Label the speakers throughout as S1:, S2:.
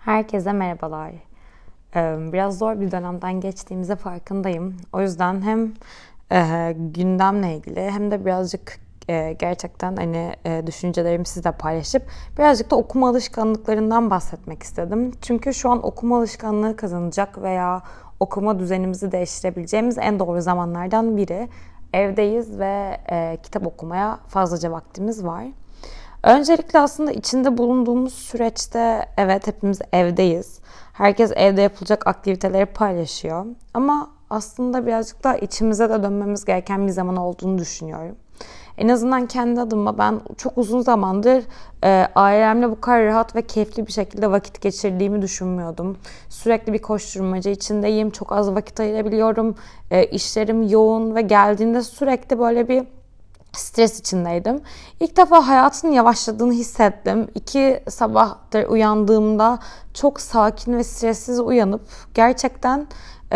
S1: Herkese merhabalar. Biraz zor bir dönemden geçtiğimize farkındayım. O yüzden hem gündemle ilgili hem de birazcık gerçekten düşüncelerimi sizle paylaşıp birazcık da okuma alışkanlıklarından bahsetmek istedim. Çünkü şu an okuma alışkanlığı kazanacak veya okuma düzenimizi değiştirebileceğimiz en doğru zamanlardan biri. Evdeyiz ve kitap okumaya fazlaca vaktimiz var. Öncelikle aslında içinde bulunduğumuz süreçte evet hepimiz evdeyiz. Herkes evde yapılacak aktiviteleri paylaşıyor. Ama aslında birazcık daha içimize de dönmemiz gereken bir zaman olduğunu düşünüyorum. En azından kendi adıma ben çok uzun zamandır ailemle bu kadar rahat ve keyifli bir şekilde vakit geçirdiğimi düşünmüyordum. Sürekli bir koşturmaca içindeyim. Çok az vakit ayırabiliyorum. İşlerim yoğun ve geldiğinde sürekli böyle bir stres içindeydim. İlk defa hayatın yavaşladığını hissettim. 2 sabahtır uyandığımda çok sakin ve stressiz uyanıp gerçekten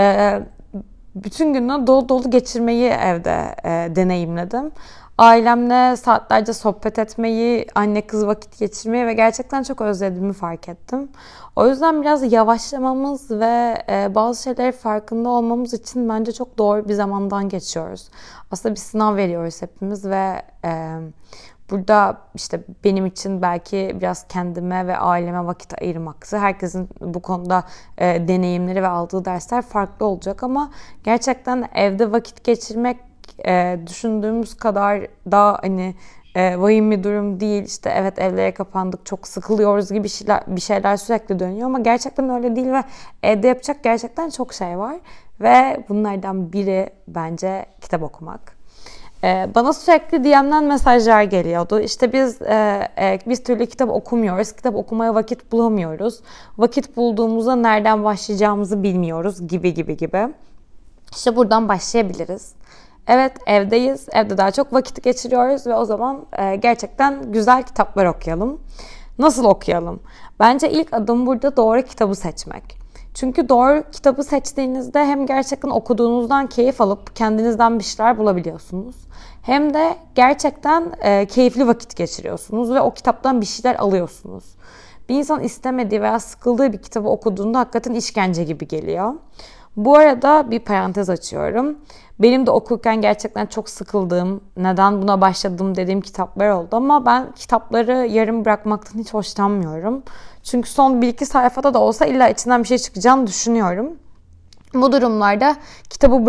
S1: bütün günü dolu dolu geçirmeyi evde deneyimledim. Ailemle saatlerce sohbet etmeyi, anne kız vakit geçirmeyi ve gerçekten çok özlediğimi fark ettim. O yüzden biraz yavaşlamamız ve bazı şeyleri farkında olmamız için bence çok doğru bir zamandan geçiyoruz. Aslında bir sınav veriyoruz hepimiz ve burada işte benim için belki biraz kendime ve aileme vakit ayırmak. Herkesin bu konuda deneyimleri ve aldığı dersler farklı olacak ama gerçekten evde vakit geçirmek düşündüğümüz kadar daha vahim bir durum değil. İşte evet evlere kapandık, çok sıkılıyoruz gibi bir şeyler sürekli dönüyor ama gerçekten öyle değil ve evde yapacak gerçekten çok şey var ve bunlardan biri bence kitap okumak. Bana sürekli DM'den mesajlar geliyordu. İşte biz türlü kitap okumuyoruz, kitap okumaya vakit bulamıyoruz. Vakit bulduğumuzda nereden başlayacağımızı bilmiyoruz gibi. İşte buradan başlayabiliriz. Evet evdeyiz, evde daha çok vakit geçiriyoruz ve o zaman gerçekten güzel kitaplar okuyalım. Nasıl okuyalım? Bence ilk adım burada doğru kitabı seçmek. Çünkü doğru kitabı seçtiğinizde hem gerçekten okuduğunuzdan keyif alıp kendinizden bir şeyler bulabiliyorsunuz. Hem de gerçekten keyifli vakit geçiriyorsunuz ve o kitaptan bir şeyler alıyorsunuz. Bir insan istemediği veya sıkıldığı bir kitabı okuduğunda hakikaten işkence gibi geliyor. Bu arada bir parantez açıyorum. Benim de okurken gerçekten çok sıkıldığım, neden buna başladım dediğim kitaplar oldu ama ben kitapları yarım bırakmaktan hiç hoşlanmıyorum. Çünkü son 1-2 sayfada da olsa illa içinden bir şey çıkacağını düşünüyorum. Bu durumlarda kitabı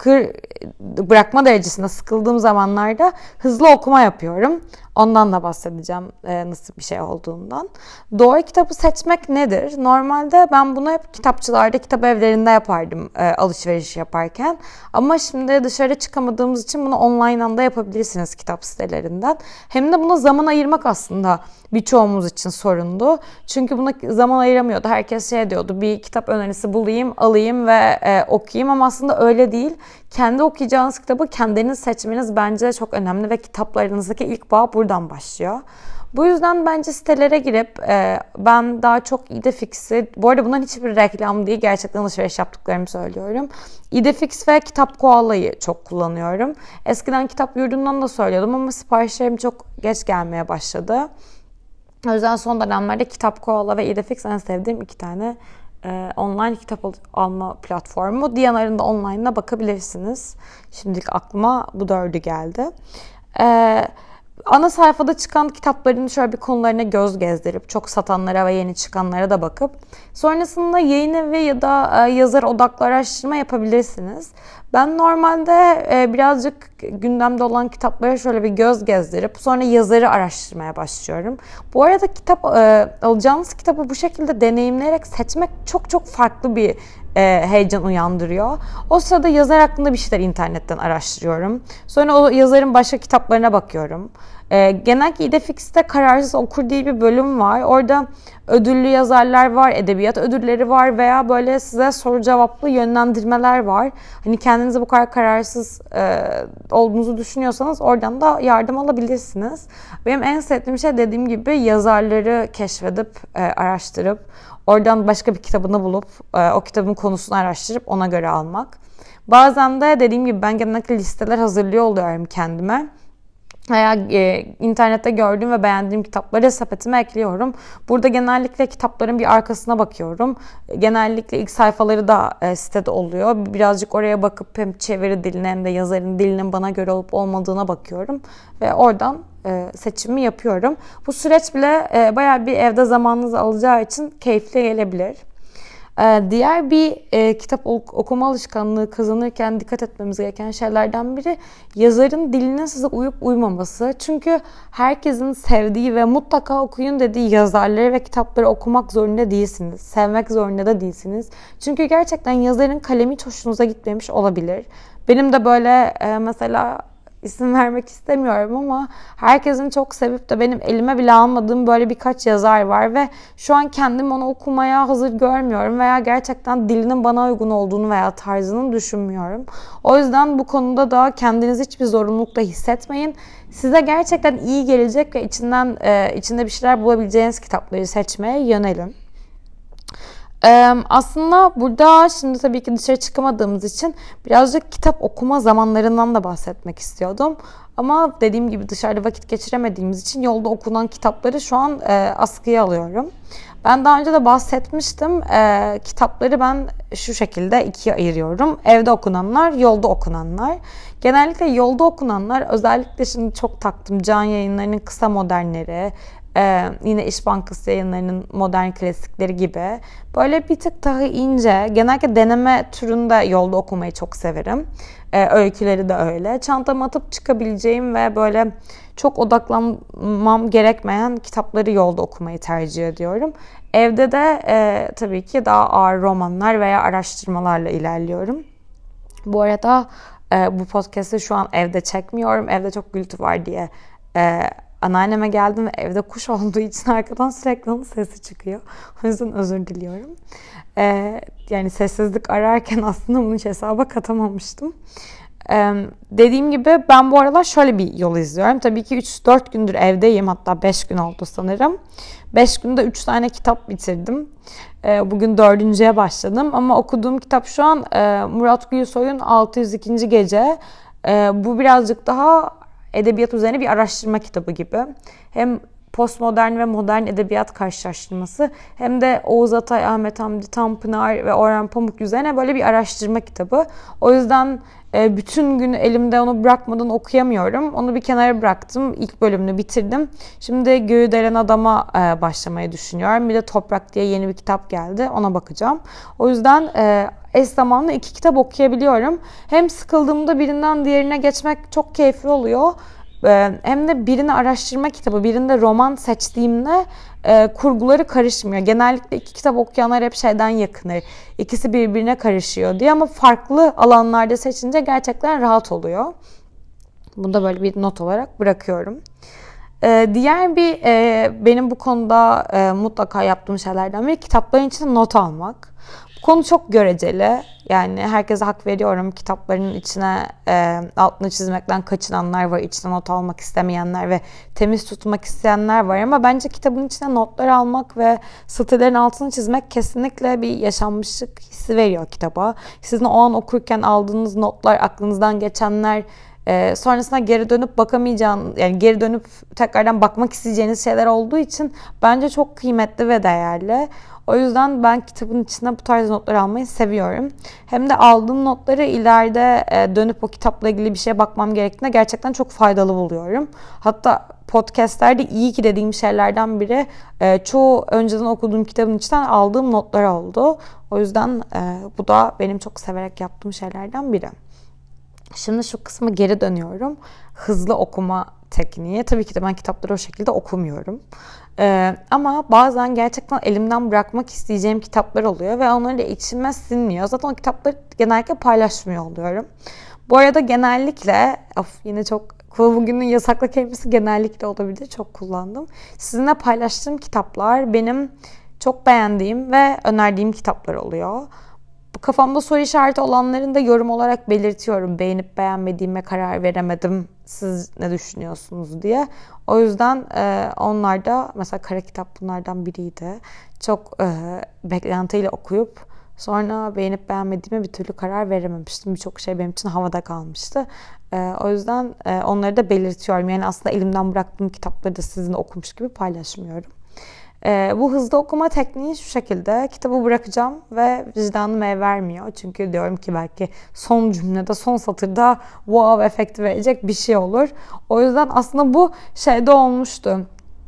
S1: bırakma derecesinde sıkıldığım zamanlarda hızlı okuma yapıyorum. Ondan da bahsedeceğim nasıl bir şey olduğundan. Doğru kitabı seçmek nedir? Normalde ben bunu hep kitapçılarda, kitap evlerinde yapardım alışveriş yaparken. Ama şimdi dışarı çıkamadığımız için bunu online'dan da yapabilirsiniz kitap sitelerinden. Hem de buna zaman ayırmak aslında birçoğumuz için sorundu. Çünkü buna zaman ayıramıyordu. Herkes diyordu, bir kitap önerisi bulayım, alayım ve okuyayım ama aslında öyle değil. Kendi okuyacağınız kitabı kendiniz seçmeniz bence çok önemli ve kitaplarınızdaki ilk bağ buradan başlıyor. Bu yüzden bence sitelere girip ben daha çok İdefix'i, bu arada bunların hiçbir reklam değil, gerçekten alışveriş yaptıklarımı söylüyorum. İdefix ve Kitap Koala'yı çok kullanıyorum. Eskiden Kitap Yurdu'ndan da söylüyordum ama siparişlerim çok geç gelmeye başladı. O yüzden son dönemlerde Kitap Koala ve İdefix en sevdiğim 2 tane online kitap alma platformu. Diyanar'ın da online'ına bakabilirsiniz. Şimdilik aklıma bu 4'ü geldi. Ana sayfada çıkan kitapların şöyle bir konularına göz gezdirip çok satanlara ve yeni çıkanlara da bakıp sonrasında yayın evi ya da yazar odaklı araştırma yapabilirsiniz. Ben normalde birazcık gündemde olan kitaplara şöyle bir göz gezdirip sonra yazarı araştırmaya başlıyorum. Bu arada alacağınız kitabı bu şekilde deneyimleyerek seçmek çok farklı bir heyecan uyandırıyor. O sırada yazar hakkında bir şeyler internetten araştırıyorum. Sonra o yazarın başka kitaplarına bakıyorum. Genellikle İdefix'te Kararsız Okur diye bir bölüm var. Orada ödüllü yazarlar var, edebiyat ödülleri var veya böyle size soru cevaplı yönlendirmeler var. Hani kendinize bu kadar kararsız olduğunuzu düşünüyorsanız oradan da yardım alabilirsiniz. Benim en sevdiğim şey dediğim gibi yazarları keşfedip, araştırıp, oradan başka bir kitabını bulup, o kitabın konusunu araştırıp ona göre almak. Bazen de dediğim gibi ben genellikle listeler hazırlıyor oluyorum kendime. veya internette gördüğüm ve beğendiğim kitapları sepetime ekliyorum. Burada genellikle kitapların bir arkasına bakıyorum. Genellikle ilk sayfaları da sitede oluyor. Birazcık oraya bakıp hem çeviri diline hem de yazarın dilinin bana göre olup olmadığına bakıyorum. Ve oradan seçimi yapıyorum. Bu süreç bile bayağı bir evde zamanınızı alacağı için keyifli gelebilir. Diğer bir kitap okuma alışkanlığı kazanırken dikkat etmemiz gereken şeylerden biri yazarın diline size uyup uymaması. Çünkü herkesin sevdiği ve mutlaka okuyun dediği yazarları ve kitapları okumak zorunda değilsiniz. Sevmek zorunda da değilsiniz. Çünkü gerçekten yazarın kalemi hiç hoşunuza gitmemiş olabilir. Benim de böyle mesela isim vermek istemiyorum ama herkesin çok sevip de benim elime bile almadığım böyle birkaç yazar var ve şu an kendim onu okumaya hazır görmüyorum veya gerçekten dilinin bana uygun olduğunu veya tarzını düşünmüyorum. O yüzden bu konuda da kendinizi hiçbir zorunlulukla hissetmeyin. Size gerçekten iyi gelecek ve içinde bir şeyler bulabileceğiniz kitapları seçmeye yönelin. Aslında burada şimdi tabii ki dışarı çıkamadığımız için birazcık kitap okuma zamanlarından da bahsetmek istiyordum. Ama dediğim gibi dışarıda vakit geçiremediğimiz için yolda okunan kitapları şu an askıya alıyorum. Ben daha önce de bahsetmiştim. Kitapları ben şu şekilde ikiye ayırıyorum. Evde okunanlar, yolda okunanlar. Genellikle yolda okunanlar, özellikle şimdi çok taktım Can Yayınları'nın kısa modernleri, yine İş Bankası Yayınları'nın modern klasikleri gibi böyle bir tık daha ince, genellikle deneme türünde yolda okumayı çok severim. Öyküleri de öyle. Çantama atıp çıkabileceğim ve böyle çok odaklanmam gerekmeyen kitapları yolda okumayı tercih ediyorum. Evde de tabii ki daha ağır romanlar veya araştırmalarla ilerliyorum. Bu arada bu podcast'ı şu an evde çekmiyorum. Evde çok gürültü var diye anneanneme geldim ve evde kuş olduğu için arkadan sürekli onun sesi çıkıyor. O yüzden özür diliyorum. Yani sessizlik ararken aslında bunu hiç hesaba katamamıştım. Dediğim gibi ben bu aralar şöyle bir yol izliyorum. Tabii ki 3-4 gündür evdeyim. Hatta 5 gün oldu sanırım. 5 günde 3 tane kitap bitirdim. Bugün 4.'ye başladım. Ama okuduğum kitap şu an Murat Gülsoy'un 602. Gece. Bu birazcık daha edebiyat üzerine bir araştırma kitabı gibi. Hem postmodern ve modern edebiyat karşılaştırması hem de Oğuz Atay, Ahmet Hamdi Tanpınar ve Orhan Pamuk üzerine böyle bir araştırma kitabı. O yüzden bütün gün elimde onu bırakmadan okuyamıyorum. Onu bir kenara bıraktım. İlk bölümünü bitirdim. Şimdi Göğü Delen Adam'a başlamayı düşünüyorum. Bir de Toprak diye yeni bir kitap geldi. Ona bakacağım. O yüzden eş zamanlı 2 kitap okuyabiliyorum. Hem sıkıldığımda birinden diğerine geçmek çok keyifli oluyor. Hem de birini araştırma kitabı, birinde roman seçtiğimde kurguları karışmıyor. Genellikle 2 kitap okuyanlar hep şeyden yakınır. İkisi birbirine karışıyor diye ama farklı alanlarda seçince gerçekten rahat oluyor. Bunu da böyle bir not olarak bırakıyorum. Diğer bir benim bu konuda mutlaka yaptığım şeylerden biri kitapların içine not almak. Bu konu çok göreceli. Yani herkese hak veriyorum. Kitapların içine altını çizmekten kaçınanlar var. İçine not almak istemeyenler ve temiz tutmak isteyenler var. Ama bence kitabın içine notlar almak ve satırların altını çizmek kesinlikle bir yaşanmışlık hissi veriyor kitaba. Sizin o an okurken aldığınız notlar, aklınızdan geçenler, sonrasında geri dönüp bakamayacağınız, yani geri dönüp tekrardan bakmak isteyeceğiniz şeyler olduğu için bence çok kıymetli ve değerli. O yüzden ben kitabın içine bu tarz notlar almayı seviyorum. Hem de aldığım notları ileride dönüp o kitapla ilgili bir şeye bakmam gerektiğinde gerçekten çok faydalı buluyorum. Hatta podcastlerde iyi ki dediğim şeylerden biri çoğu önceden okuduğum kitabın içinden aldığım notlar oldu. O yüzden bu da benim çok severek yaptığım şeylerden biri. Şimdi şu kısmı geri dönüyorum. Hızlı okuma tekniği. Tabii ki de ben kitapları o şekilde okumuyorum. Ama bazen gerçekten elimden bırakmak isteyeceğim kitaplar oluyor ve onları da içime sinmiyor. Zaten o kitapları genellikle paylaşmıyor oluyorum. Bu arada genellikle, yine çok bugünün yasaklı kelimesi genellikle olabilir. Çok kullandım. Sizinle paylaştığım kitaplar benim çok beğendiğim ve önerdiğim kitaplar oluyor. Kafamda soru işareti olanların da yorum olarak belirtiyorum. Beğenip beğenmediğime karar veremedim. Siz ne düşünüyorsunuz diye. O yüzden onlar da mesela Kara Kitap bunlardan biriydi. Çok beklentiyle okuyup Sonra beğenip beğenmediğime bir türlü karar verememiştim. Birçok şey benim için havada kalmıştı. O yüzden onları da belirtiyorum. Yani aslında elimden bıraktığım kitapları da sizinle okumuş gibi paylaşmıyorum. Bu hızlı okuma tekniği şu şekilde: kitabı bırakacağım ve vicdanım el vermiyor. Çünkü diyorum ki belki son cümlede, son satırda wow efekti verecek bir şey olur. O yüzden aslında bu şeyde olmuştu.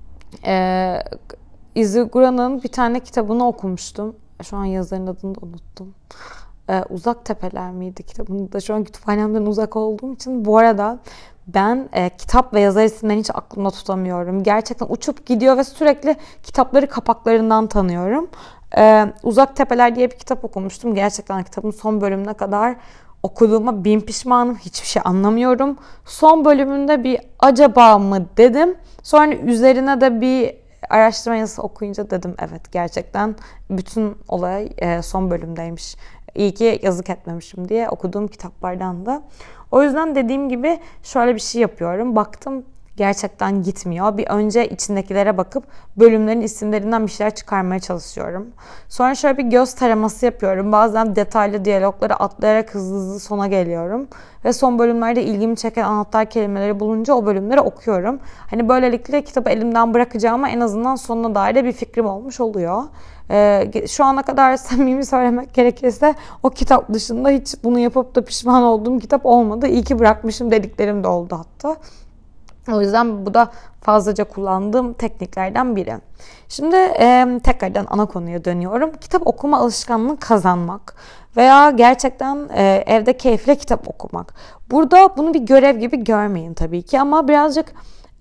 S1: Izagura'nın bir tane kitabını okumuştum. Şu an yazarın adını da unuttum. Uzak Tepeler miydi kitabını da? Şu an kütüphanemden uzak olduğum için. Bu arada ben kitap ve yazar isimlerini hiç aklımda tutamıyorum. Gerçekten uçup gidiyor ve sürekli kitapları kapaklarından tanıyorum. Uzak Tepeler diye bir kitap okumuştum. Gerçekten kitabın son bölümüne kadar okuduğuma bin pişmanım. Hiçbir şey anlamıyorum. Son bölümünde bir acaba mı dedim. Sonra üzerine de bir araştırma yazısı okuyunca dedim evet, gerçekten bütün olay son bölümdeymiş. İyi ki yazık etmemişim diye okuduğum kitaplardan da. O yüzden dediğim gibi şöyle bir şey yapıyorum. Baktım gerçekten gitmiyor. Bir önce içindekilere bakıp bölümlerin isimlerinden bir şeyler çıkarmaya çalışıyorum. Sonra şöyle bir göz taraması yapıyorum. Bazen detaylı diyalogları atlayarak hızlı hızlı sona geliyorum. Ve son bölümlerde ilgimi çeken anahtar kelimeleri bulunca o bölümleri okuyorum. Hani böylelikle kitabı elimden bırakacağıma en azından sonuna dair de bir fikrim olmuş oluyor. Şu ana kadar samimi söylemek gerekirse o kitap dışında hiç bunu yapıp da pişman olduğum kitap olmadı. İyi ki bırakmışım dediklerim de oldu hatta. O yüzden bu da fazlaca kullandığım tekniklerden biri. Şimdi tekrardan ana konuya dönüyorum. Kitap okuma alışkanlığı kazanmak veya gerçekten evde keyifle kitap okumak. Burada bunu bir görev gibi görmeyin tabii ki, ama birazcık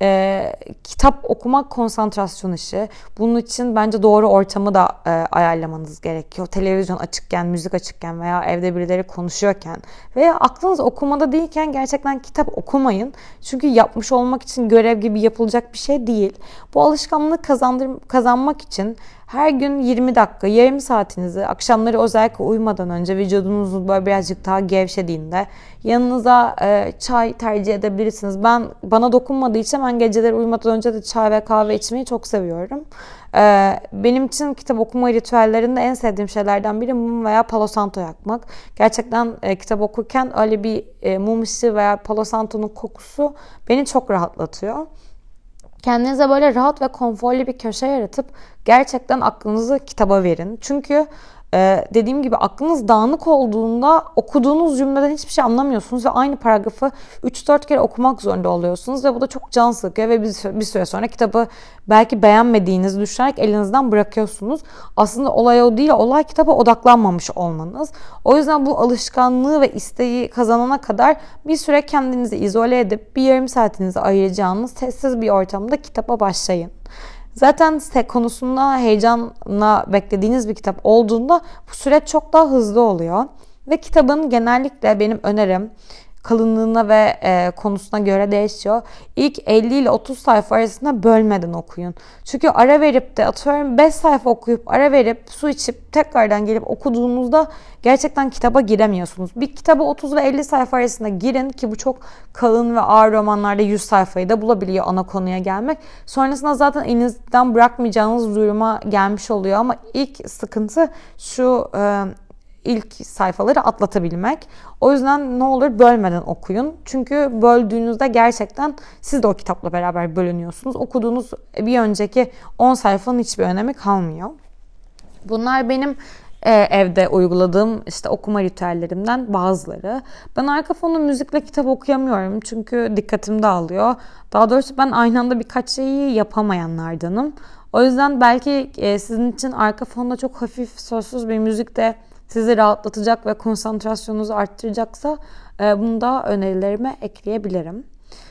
S1: kitap okumak konsantrasyon işi. Bunun için bence doğru ortamı da ayarlamanız gerekiyor. Televizyon açıkken, müzik açıkken veya evde birileri konuşuyorken veya aklınız okumada değilken gerçekten kitap okumayın. Çünkü yapmış olmak için görev gibi yapılacak bir şey değil. Bu alışkanlığı kazanmak için her gün 20 dakika, yarım saatinizi akşamları özellikle uyumadan önce vücudunuz böyle birazcık daha gevşediğinde yanınıza çay tercih edebilirsiniz. Bana dokunmadığı için ben geceleri uyumadan önce de çay ve kahve içmeyi çok seviyorum. Benim için kitap okuma ritüellerinde en sevdiğim şeylerden biri mum veya Palo Santo yakmak. Gerçekten kitap okurken öyle bir mum ışığı veya Palo Santo'nun kokusu beni çok rahatlatıyor. Kendinize böyle rahat ve konforlu bir köşe yaratıp gerçekten aklınızı kitaba verin. Çünkü dediğim gibi aklınız dağınık olduğunda okuduğunuz cümleden hiçbir şey anlamıyorsunuz ve aynı paragrafı 3-4 kere okumak zorunda oluyorsunuz ve bu da çok can sıkıyor ve bir süre sonra kitabı belki beğenmediğinizi düşünerek elinizden bırakıyorsunuz. Aslında olay o değil, olay kitaba odaklanmamış olmanız. O yüzden bu alışkanlığı ve isteği kazanana kadar bir süre kendinizi izole edip bir yarım saatinizi ayıracağınız sessiz bir ortamda kitaba başlayın. Zaten konusunda heyecanla beklediğiniz bir kitap olduğunda bu süreç çok daha hızlı oluyor. Ve kitabın genellikle benim önerim kalınlığına ve konusuna göre değişiyor. İlk 50 ile 30 sayfa arasında bölmeden okuyun. Çünkü ara verip de atıyorum 5 sayfa okuyup ara verip su içip tekrardan gelip okuduğunuzda gerçekten kitaba giremiyorsunuz. Bir kitaba 30 ve 50 sayfa arasında girin ki bu çok kalın ve ağır romanlarda 100 sayfayı da bulabiliyor ana konuya gelmek. Sonrasında zaten elinizden bırakmayacağınız duruma gelmiş oluyor, ama ilk sıkıntı şu: ilk sayfaları atlatabilmek. O yüzden ne olur bölmeden okuyun. Çünkü böldüğünüzde gerçekten siz de o kitapla beraber bölünüyorsunuz. Okuduğunuz bir önceki 10 sayfanın hiçbir önemi kalmıyor. Bunlar benim evde uyguladığım okuma ritüellerimden bazıları. Ben arka fonda müzikle kitap okuyamıyorum. Çünkü dikkatim dağılıyor. Daha doğrusu ben aynı anda birkaç şeyi yapamayanlardanım. O yüzden belki sizin için arka fonda çok hafif sözsüz bir müzik de sizi rahatlatacak ve konsantrasyonunuzu arttıracaksa bunu da önerilerime ekleyebilirim.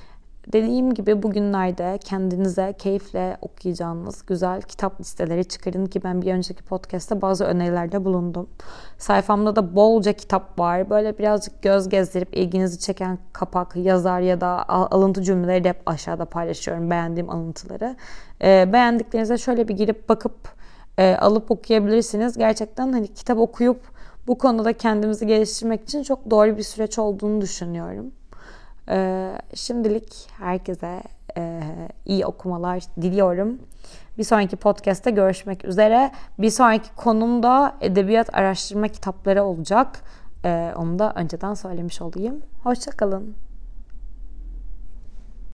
S1: Dediğim gibi bugünlerde kendinize keyifle okuyacağınız güzel kitap listeleri çıkarın ki ben bir önceki podcast'ta bazı önerilerde bulundum. Sayfamda da bolca kitap var. Böyle birazcık göz gezdirip ilginizi çeken kapak, yazar ya da alıntı cümleleri de hep aşağıda paylaşıyorum, beğendiğim alıntıları. Beğendiklerinize şöyle bir girip bakıp alıp okuyabilirsiniz. Gerçekten hani kitap okuyup bu konuda kendimizi geliştirmek için çok doğru bir süreç olduğunu düşünüyorum. Şimdilik herkese iyi okumalar diliyorum. Bir sonraki podcast'te görüşmek üzere. Bir sonraki konum da edebiyat araştırma kitapları olacak. Onu da önceden söylemiş olayım. Hoşça kalın.